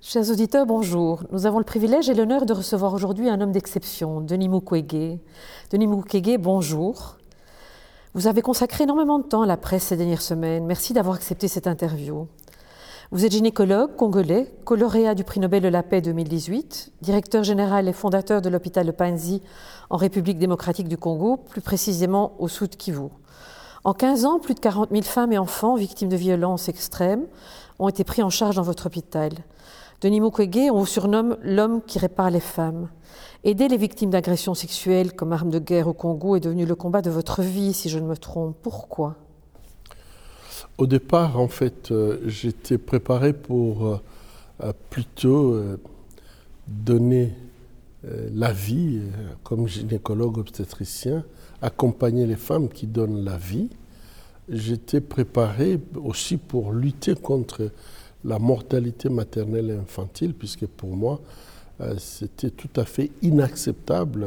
Chers auditeurs, bonjour. Nous avons le privilège et l'honneur de recevoir aujourd'hui un homme d'exception, Denis Mukwege. Denis Mukwege, bonjour. Vous avez consacré énormément de temps à la presse ces dernières semaines. Merci d'avoir accepté cette interview. Vous êtes gynécologue congolais, lauréat du prix Nobel de la paix 2018, directeur général et fondateur de l'hôpital de Panzi en République démocratique du Congo, plus précisément au Sud Kivu. En 15 ans, plus de 40 000 femmes et enfants victimes de violences extrêmes ont été pris en charge dans votre hôpital. Denis Mukwege, on vous surnomme l'homme qui répare les femmes. Aider les victimes d'agressions sexuelles comme arme de guerre au Congo est devenu le combat de votre vie, si je ne me trompe. Pourquoi ? Au départ, en fait, j'étais préparé pour plutôt donner la vie, comme gynécologue obstétricien, accompagner les femmes qui donnent la vie. J'étais préparé aussi pour lutter contre la mortalité maternelle et infantile, puisque pour moi, c'était tout à fait inacceptable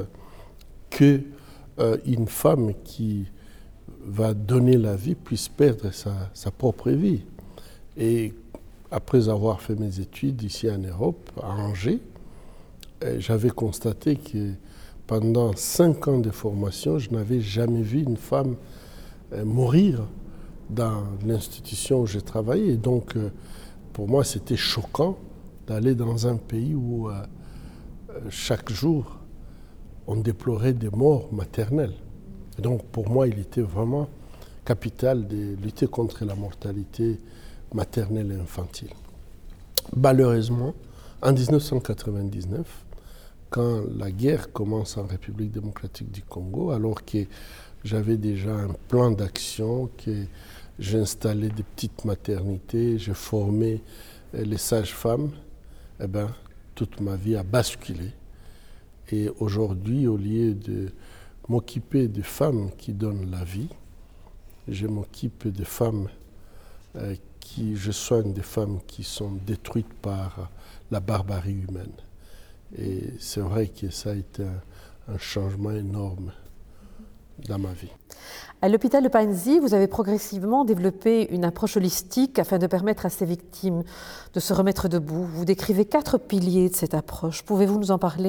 qu'une femme qui va donner la vie puisse perdre sa propre vie. Et après avoir fait mes études ici en Europe, à Angers, j'avais constaté que pendant 5 ans de formation, je n'avais jamais vu une femme mourir dans l'institution où j'ai travaillé. Et donc, pour moi, c'était choquant d'aller dans un pays où chaque jour, on déplorait des morts maternelles. Et donc, pour moi, il était vraiment capital de lutter contre la mortalité maternelle et infantile. Malheureusement, en 1999, quand la guerre commence en République démocratique du Congo, alors que j'avais déjà un plan d'action, que j'installais des petites maternités, je formais les sages-femmes, toute ma vie a basculé. Et aujourd'hui, au lieu de m'occuper des femmes qui donnent la vie, je m'occupe des femmes je soigne des femmes qui sont détruites par la barbarie humaine. Et c'est vrai que ça a été un changement énorme dans ma vie. À l'hôpital de Panzi, vous avez progressivement développé une approche holistique afin de permettre à ces victimes de se remettre debout. Vous décrivez 4 piliers de cette approche. Pouvez-vous nous en parler ?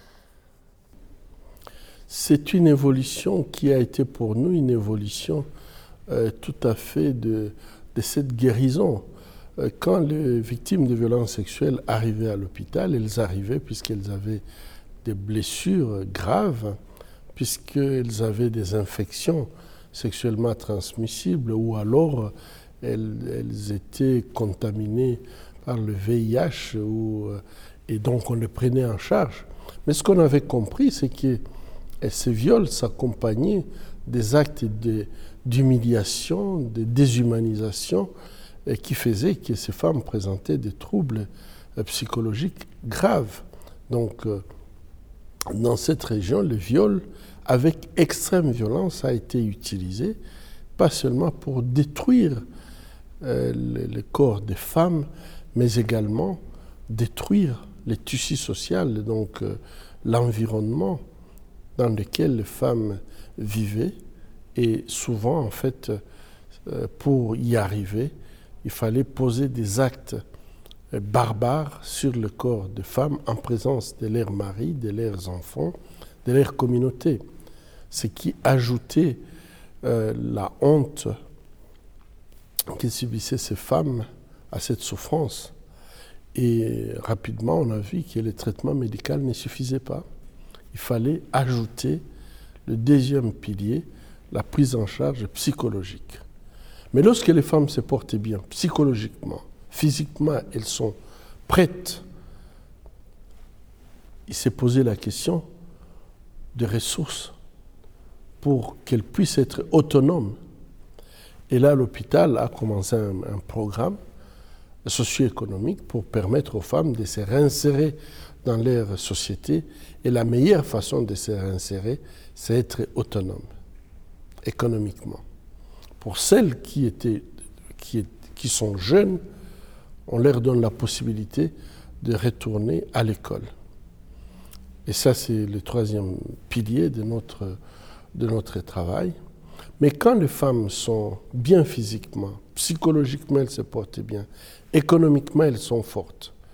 C'est une évolution qui a été pour nous une évolution tout à fait de cette guérison. Quand les victimes de violences sexuelles arrivaient à l'hôpital, elles arrivaient puisqu'elles avaient des blessures graves, puisqu'elles avaient des infections sexuellement transmissibles ou alors elles étaient contaminées par le VIH et donc on les prenait en charge. Mais ce qu'on avait compris, c'est que ces viols s'accompagnaient des actes d'humiliation, de déshumanisation qui faisaient que ces femmes présentaient des troubles psychologiques graves. Donc, dans cette région, le viol avec extrême violence a été utilisé, pas seulement pour détruire le corps des femmes, mais également détruire les tissus sociaux, donc l'environnement dans lequel les femmes vivaient. Et souvent, en fait, pour y arriver, il fallait poser des actes barbares sur le corps de femmes en présence de leurs maris, de leurs enfants, de leur communauté. Ce qui ajoutait la honte que subissaient ces femmes à cette souffrance. Et rapidement, on a vu que le traitement médical ne suffisait pas. Il fallait ajouter le deuxième pilier, la prise en charge psychologique. Mais lorsque les femmes se portent bien psychologiquement, physiquement, elles sont prêtes, il s'est posé la question des ressources pour qu'elles puissent être autonomes. Et là, l'hôpital a commencé un programme socio-économique pour permettre aux femmes de se réinsérer dans leur société. Et la meilleure façon de se réinsérer, c'est être autonome, économiquement. Pour celles qui sont jeunes, on leur donne la possibilité de retourner à l'école. Et ça, c'est le 3e pilier de notre travail. Mais quand les femmes sont bien physiquement, psychologiquement, elles se portent bien, économiquement, elles sont fortes,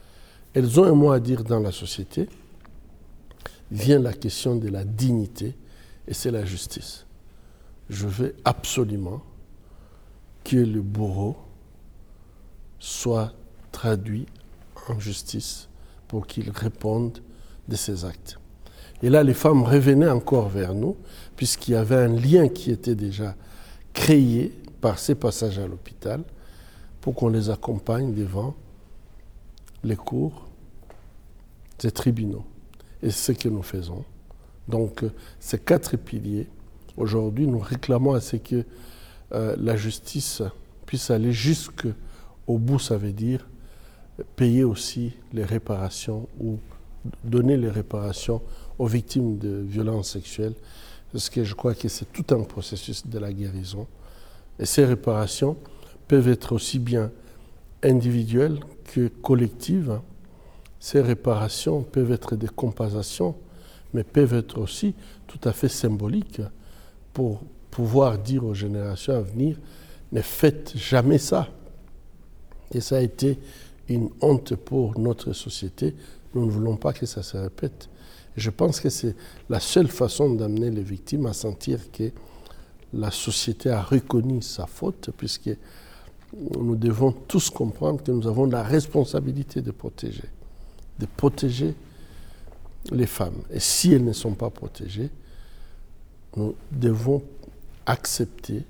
elles ont un mot à dire dans la société, vient la question de la dignité, et c'est la justice. Je veux absolument que le bourreau soit traduit en justice pour qu'il réponde de ses actes. Et là, les femmes revenaient encore vers nous, puisqu'il y avait un lien qui était déjà créé par ces passages à l'hôpital, pour qu'on les accompagne devant les cours des tribunaux. Et c'est ce que nous faisons. Donc, ces 4 piliers, aujourd'hui, nous réclamons à ce que la justice puisse aller jusqu'au bout, ça veut dire payer aussi les réparations ou donner les réparations aux victimes de violences sexuelles, parce que je crois que c'est tout un processus de la guérison. Et ces réparations peuvent être aussi bien individuelles que collectives. Ces réparations peuvent être des compensations, mais peuvent être aussi tout à fait symboliques pour pouvoir dire aux générations à venir, ne faites jamais ça. Et ça a été une honte pour notre société. Nous ne voulons pas que ça se répète. Et je pense que c'est la seule façon d'amener les victimes à sentir que la société a reconnu sa faute, puisque nous devons tous comprendre que nous avons la responsabilité de protéger les femmes. Et si elles ne sont pas protégées, nous devons accepter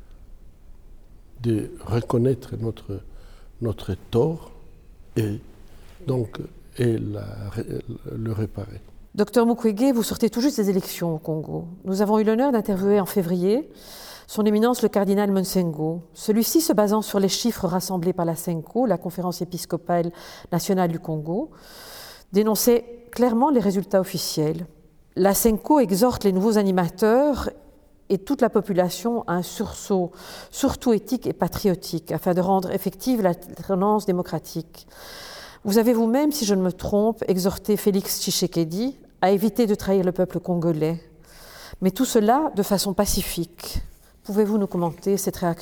de reconnaître notre tort et donc le réparer. Docteur Mukwege, vous sortez tout juste des élections au Congo. Nous avons eu l'honneur d'interviewer en février son éminence le cardinal Monsengo. Celui-ci, se basant sur les chiffres rassemblés par la CENCO, la Conférence épiscopale nationale du Congo, dénonçait clairement les résultats officiels. La CENCO exhorte les nouveaux animateurs et toute la population à un sursaut, surtout éthique et patriotique, afin de rendre effective l'alternance démocratique. Vous avez vous-même, si je ne me trompe, exhorté Félix Tshisekedi à éviter de trahir le peuple congolais. Mais tout cela de façon pacifique. Pouvez-vous nous commenter cette réaction ?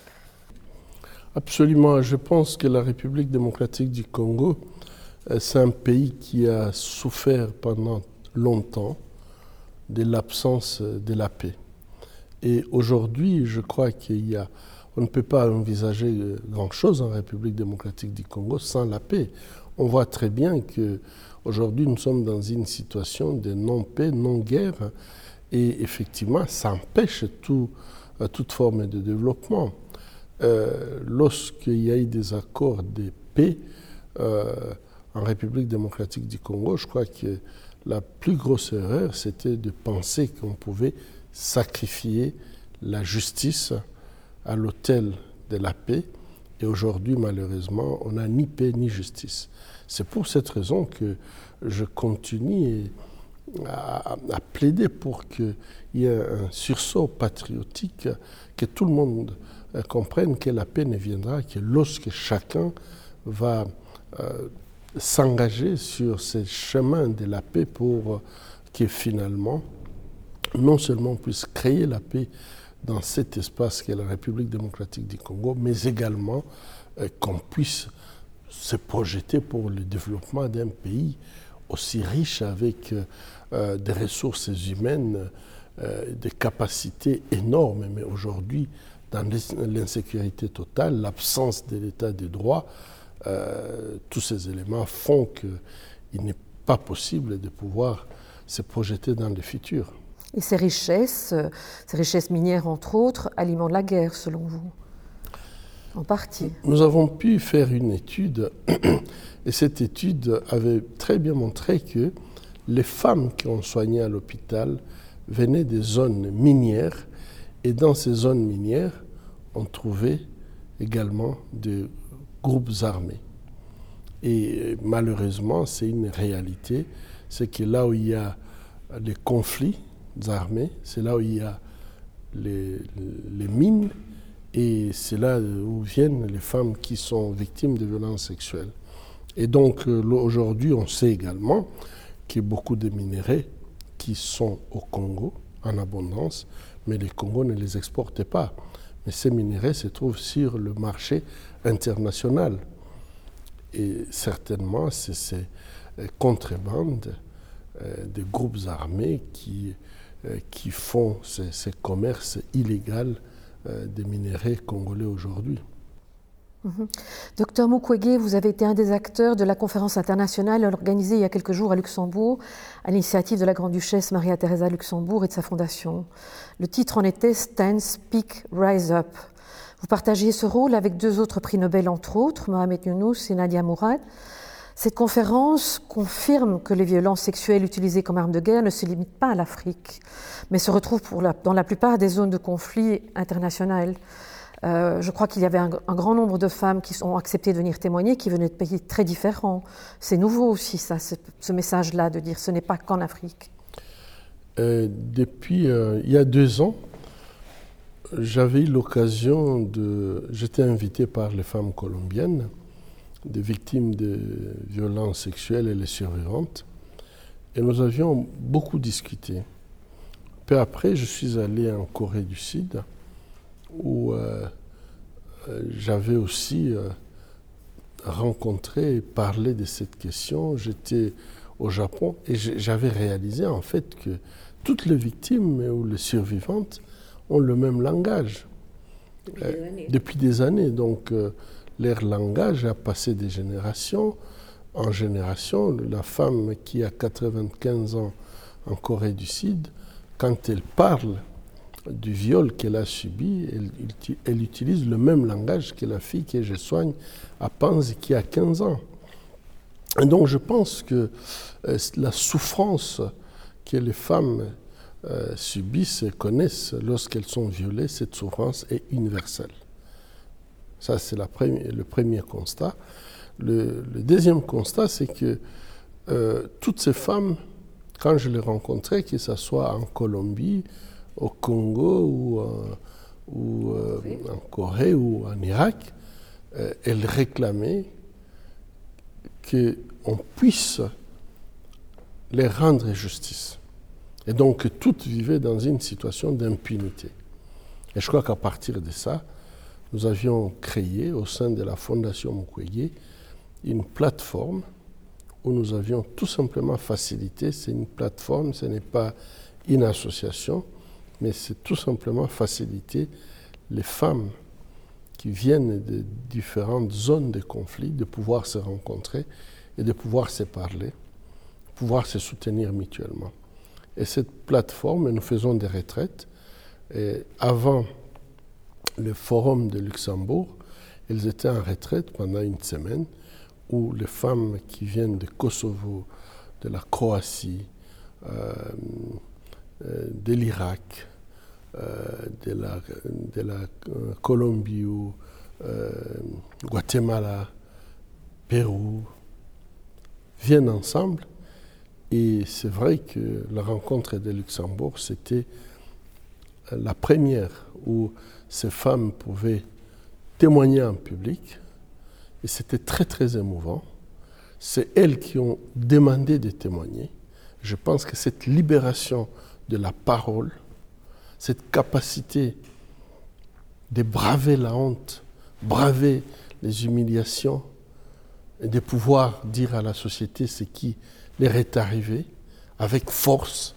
Absolument. Je pense que la République démocratique du Congo, c'est un pays qui a souffert pendant longtemps de l'absence de la paix. Et aujourd'hui, je crois on ne peut pas envisager grand-chose en République démocratique du Congo sans la paix. On voit très bien qu'aujourd'hui, nous sommes dans une situation de non-paix, non-guerre, et effectivement, ça empêche toute forme de développement. Lorsqu'il y a eu des accords de paix en République démocratique du Congo, je crois que la plus grosse erreur, c'était de penser qu'on pouvait sacrifier la justice à l'autel de la paix. Et aujourd'hui, malheureusement, on n'a ni paix ni justice. C'est pour cette raison que je continue à plaider pour qu'il y ait un sursaut patriotique, que tout le monde comprenne que la paix ne viendra que lorsque chacun va s'engager sur ce chemin de la paix pour que finalement, non seulement on puisse créer la paix dans cet espace qu'est la République démocratique du Congo, mais également qu'on puisse se projeter pour le développement d'un pays aussi riche avec des ressources humaines, des capacités énormes. Mais aujourd'hui, dans l'insécurité totale, l'absence de l'état de droit, tous ces éléments font qu'il n'est pas possible de pouvoir se projeter dans le futur. Et ces richesses minières entre autres, alimentent la guerre selon vous ? En partie. Nous avons pu faire une étude et cette étude avait très bien montré que les femmes qui ont soigné à l'hôpital venaient des zones minières et dans ces zones minières, on trouvait également des groupes armés. Et malheureusement, c'est une réalité, c'est que là où il y a les conflits armés, c'est là où il y a les mines et c'est là où viennent les femmes qui sont victimes de violences sexuelles. Et donc aujourd'hui, on sait également qu'il y a beaucoup de minerais qui sont au Congo en abondance, mais les Congos ne les exportent pas. Mais ces minerais se trouvent sur le marché international. Et certainement, c'est ces contrebandes des groupes armés qui font ces commerces illégaux des minéraux congolais aujourd'hui. Docteur Mukwege, vous avez été un des acteurs de la conférence internationale organisée il y a quelques jours à Luxembourg, à l'initiative de la grande-duchesse Maria-Theresa Luxembourg et de sa fondation. Le titre en était « Stand, Speak, Rise Up ». Vous partagiez ce rôle avec 2 autres prix Nobel, entre autres, Mohamed Younous et Nadia Mourad. Cette conférence confirme que les violences sexuelles utilisées comme arme de guerre ne se limitent pas à l'Afrique, mais se retrouvent dans la plupart des zones de conflit internationales. Je crois qu'il y avait un grand nombre de femmes qui ont accepté de venir témoigner, qui venaient de pays très différents. C'est nouveau aussi, ça, ce message-là, de dire ce n'est pas qu'en Afrique. Depuis il y a 2 ans, j'avais eu l'occasion j'étais invité par les femmes colombiennes, des victimes de violences sexuelles et les survivantes, et nous avions beaucoup discuté. Peu après, je suis allé en Corée du Sud, où j'avais aussi rencontré et parlé de cette question. J'étais au Japon et j'avais réalisé en fait que toutes les victimes ou les survivantes ont le même langage depuis des années. Donc leur langage a passé de génération en génération. La femme qui a 95 ans en Corée du Sud, quand elle parle du viol qu'elle a subi, elle utilise le même langage que la fille que je soigne à Panzi qui a 15 ans. Et donc je pense que la souffrance que les femmes subissent et connaissent lorsqu'elles sont violées, cette souffrance est universelle. Ça, c'est le premier constat. Le deuxième constat, c'est que toutes ces femmes, quand je les rencontrais, que ce soit en Colombie, au Congo ou en Corée ou en Irak, elles réclamaient qu'on puisse les rendre justice. Et donc toutes vivaient dans une situation d'impunité. Et je crois qu'à partir de ça, nous avions créé au sein de la Fondation Mukwege une plateforme où nous avions tout simplement facilité. C'est une plateforme, ce n'est pas une association, mais c'est tout simplement faciliter les femmes qui viennent de différentes zones de conflit de pouvoir se rencontrer et de pouvoir se parler, pouvoir se soutenir mutuellement. Et cette plateforme, nous faisons des retraites. Et avant le forum de Luxembourg, elles étaient en retraite pendant une semaine où les femmes qui viennent de Kosovo, de la Croatie, de l'Irak, de la Colombie ou Guatemala, Pérou, viennent ensemble. Et c'est vrai que la rencontre de Luxembourg, c'était la première où ces femmes pouvaient témoigner en public. Et c'était très, très émouvant. C'est elles qui ont demandé de témoigner. Je pense que cette libération de la parole, cette capacité de braver la honte, braver les humiliations, et de pouvoir dire à la société ce qui leur est arrivé avec force,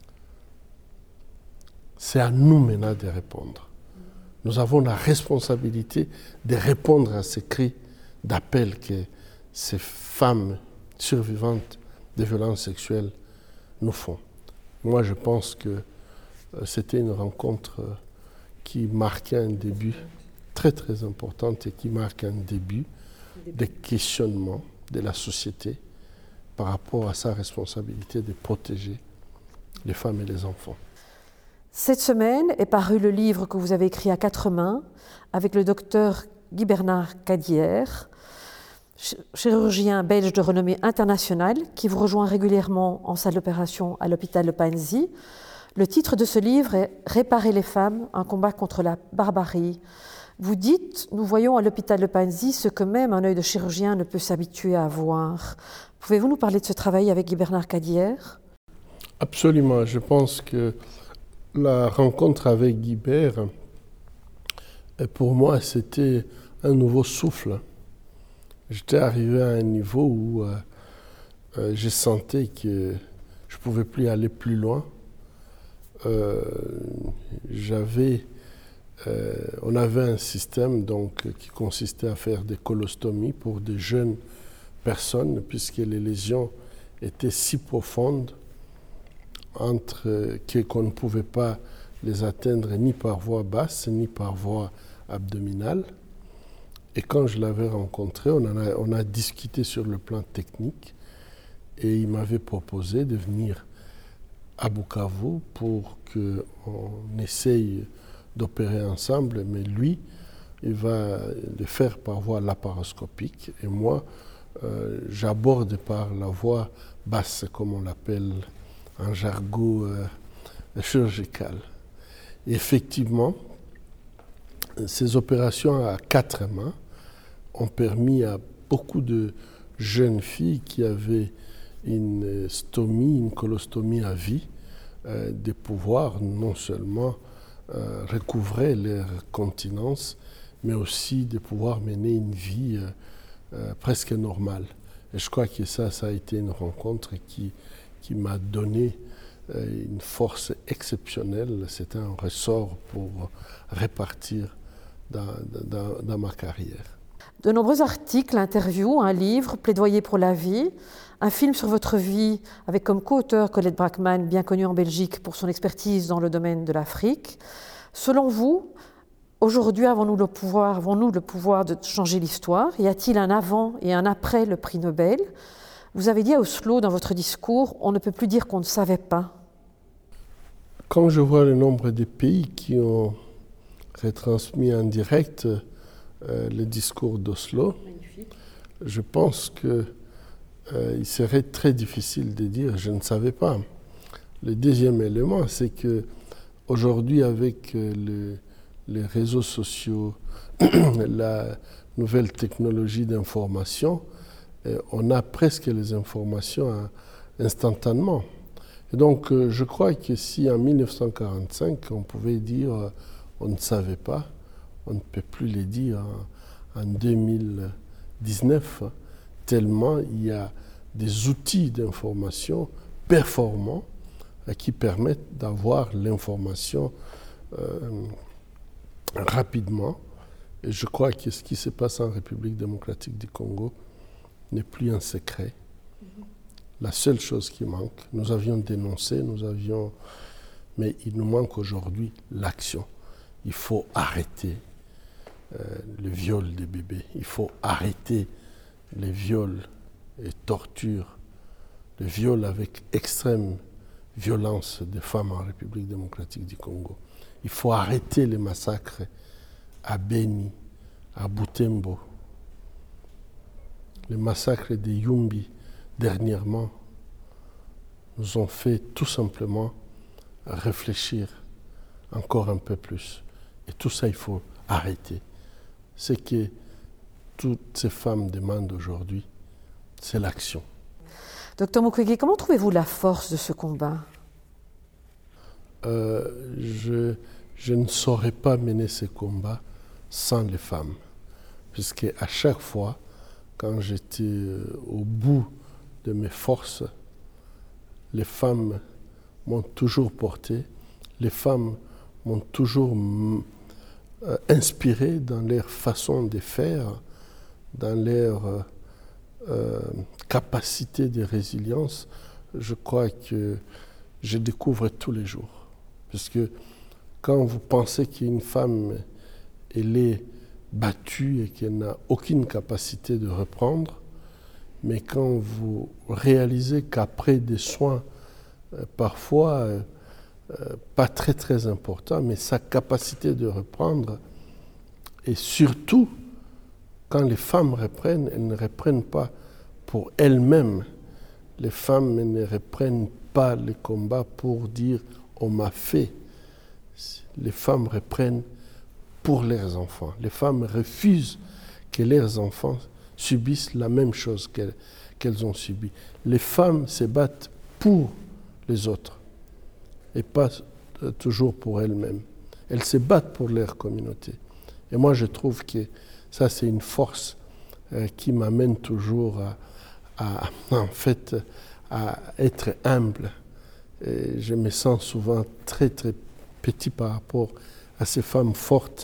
c'est à nous maintenant de répondre. Nous avons la responsabilité de répondre à ces cris d'appel que ces femmes survivantes de violences sexuelles nous font. Moi, je pense que c'était une rencontre qui marquait un début très très important et qui marque un début des questionnements de la société par rapport à sa responsabilité de protéger les femmes et les enfants. Cette semaine est paru le livre que vous avez écrit à 4 mains avec le docteur Guy Bernard Cadière, chirurgien belge de renommée internationale qui vous rejoint régulièrement en salle d'opération à l'hôpital de Panzi. Le titre de ce livre est « Réparer les femmes, un combat contre la barbarie ». Vous dites « Nous voyons à l'hôpital de Panzi ce que même un œil de chirurgien ne peut s'habituer à voir ». Pouvez-vous nous parler de ce travail avec Guy Bernard Cadière ? Absolument. Je pense que la rencontre avec Guy Bernard, pour moi, c'était un nouveau souffle. J'étais arrivé à un niveau où je sentais que je ne pouvais plus aller plus loin. On avait un système donc, qui consistait à faire des colostomies pour des jeunes personnes, puisque les lésions étaient si profondes qu'on ne pouvait pas les atteindre ni par voie basse ni par voie abdominale. Et quand je l'avais rencontré, on a discuté sur le plan technique et il m'avait proposé de venir à Bukavu pour qu'on essaye d'opérer ensemble, mais lui, il va le faire par voie laparoscopique et moi, j'aborde par la voie basse, comme on l'appelle en jargon chirurgical. Et effectivement, ces opérations à 4 mains ont permis à beaucoup de jeunes filles qui avaient une stomie, une colostomie à vie, de pouvoir non seulement recouvrer leur continence, mais aussi de pouvoir mener une vie presque normale. Et je crois que ça a été une rencontre qui m'a donné une force exceptionnelle. C'était un ressort pour repartir dans ma carrière. De nombreux articles, interviews, un livre, Plaidoyer pour la vie, un film sur votre vie avec comme co-auteur Colette Braeckman, bien connue en Belgique pour son expertise dans le domaine de l'Afrique. Selon vous, aujourd'hui, avons-nous le pouvoir de changer l'histoire? Y a-t-il un avant et un après le prix Nobel? Vous avez dit à Oslo dans votre discours, on ne peut plus dire qu'on ne savait pas. Quand je vois le nombre de pays qui ont retransmis en direct le discours d'Oslo, je pense qu'il serait très difficile de dire « je ne savais pas ». Le deuxième élément, c'est qu'aujourd'hui, avec les réseaux sociaux, la nouvelle technologie d'information, on a presque les informations instantanément. Et donc, je crois que si en 1945, on pouvait dire on ne savait pas, on ne peut plus le dire en 2019, tellement il y a des outils d'information performants qui permettent d'avoir l'information rapidement. Et je crois que ce qui se passe en République démocratique du Congo n'est plus un secret. La seule chose qui manque, nous avions dénoncé, mais il nous manque aujourd'hui l'action. Il faut arrêter le viol des bébés. Il faut arrêter les viols et tortures, le viol avec extrême violence des femmes en République démocratique du Congo. Il faut arrêter les massacres à Beni, à Butembo, les massacres de Yumbi dernièrement nous ont fait tout simplement réfléchir encore un peu plus. Et tout ça, il faut arrêter. Ce que toutes ces femmes demandent aujourd'hui, c'est l'action. Docteur Mukwege, comment trouvez-vous la force de ce combat? Je ne saurais pas mener ce combat sans les femmes. Puisque à chaque fois, quand j'étais au bout de mes forces, les femmes m'ont toujours porté, les femmes m'ont toujours inspiré dans leur façon de faire, dans leur capacité de résilience. Je crois que je découvre tous les jours. Parce que quand vous pensez qu'une femme, elle est battue et qu'elle n'a aucune capacité de reprendre, mais quand vous réalisez qu'après des soins, parfois pas très très importants, mais sa capacité de reprendre, et surtout quand les femmes reprennent, elles ne reprennent pas pour elles-mêmes. Les femmes ne reprennent pas le combat pour dire on m'a fait. Les femmes reprennent pour leurs enfants. Les femmes refusent que leurs enfants subissent la même chose qu'elles ont subi. Les femmes se battent pour les autres et pas toujours pour elles-mêmes. Elles se battent pour leur communauté. Et moi, je trouve que ça, c'est une force qui m'amène toujours en fait, à être humble. Et je me sens souvent très, très petit par rapport à ces femmes fortes.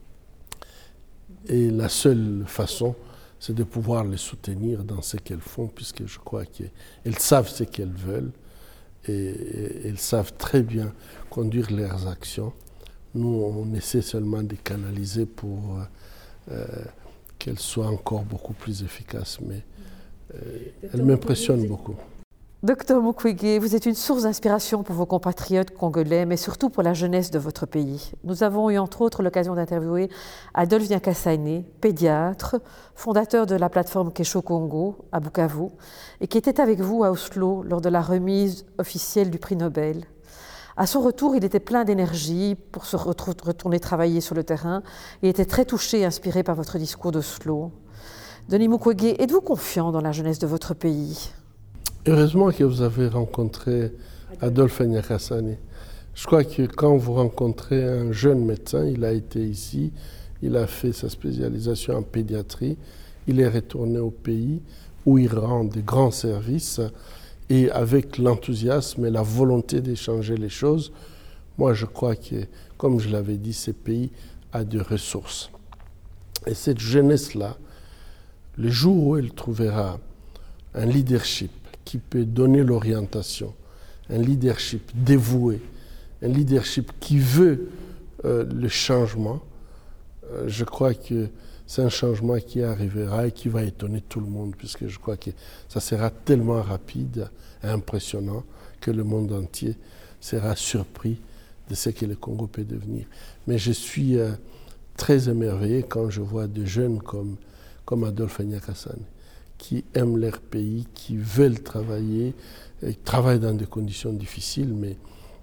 Et la seule façon, c'est de pouvoir les soutenir dans ce qu'elles font, puisque je crois qu'elles savent ce qu'elles veulent et elles savent très bien conduire leurs actions. Nous, on essaie seulement de canaliser pour qu'elles soient encore beaucoup plus efficaces, mais elles m'impressionnent beaucoup. Docteur Mukwege, vous êtes une source d'inspiration pour vos compatriotes congolais, mais surtout pour la jeunesse de votre pays. Nous avons eu entre autres l'occasion d'interviewer Adolphe Nyakasane, pédiatre, fondateur de la plateforme Kesho Congo à Bukavu, et qui était avec vous à Oslo lors de la remise officielle du prix Nobel. À son retour, il était plein d'énergie pour se retourner travailler sur le terrain et était très touché et inspiré par votre discours d'Oslo. Denis Mukwege, êtes-vous confiant dans la jeunesse de votre pays ? Heureusement que vous avez rencontré Adolphe Nyakasane. Je crois que quand vous rencontrez un jeune médecin, il a été ici, il a fait sa spécialisation en pédiatrie, il est retourné au pays où il rend de grands services et avec l'enthousiasme et la volonté d'échanger les choses, moi je crois que, comme je l'avais dit, ce pays a des ressources. Et cette jeunesse-là, le jour où elle trouvera un leadership qui peut donner l'orientation, un leadership dévoué, un leadership qui veut le changement, je crois que c'est un changement qui arrivera et qui va étonner tout le monde, puisque je crois que ça sera tellement rapide et impressionnant que le monde entier sera surpris de ce que le Congo peut devenir. Mais je suis très émerveillé quand je vois des jeunes comme Adolphe Nyakasane, qui aiment leur pays, qui veulent travailler, et travaillent dans des conditions difficiles, mais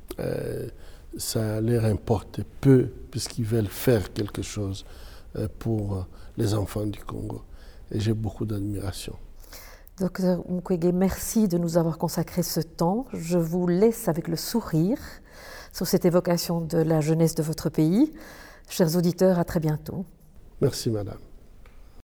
ça leur importe peu, puisqu'ils veulent faire quelque chose pour les enfants du Congo. Et j'ai beaucoup d'admiration. Docteur Mukwege, merci de nous avoir consacré ce temps. Je vous laisse avec le sourire sur cette évocation de la jeunesse de votre pays. Chers auditeurs, à très bientôt. Merci, madame.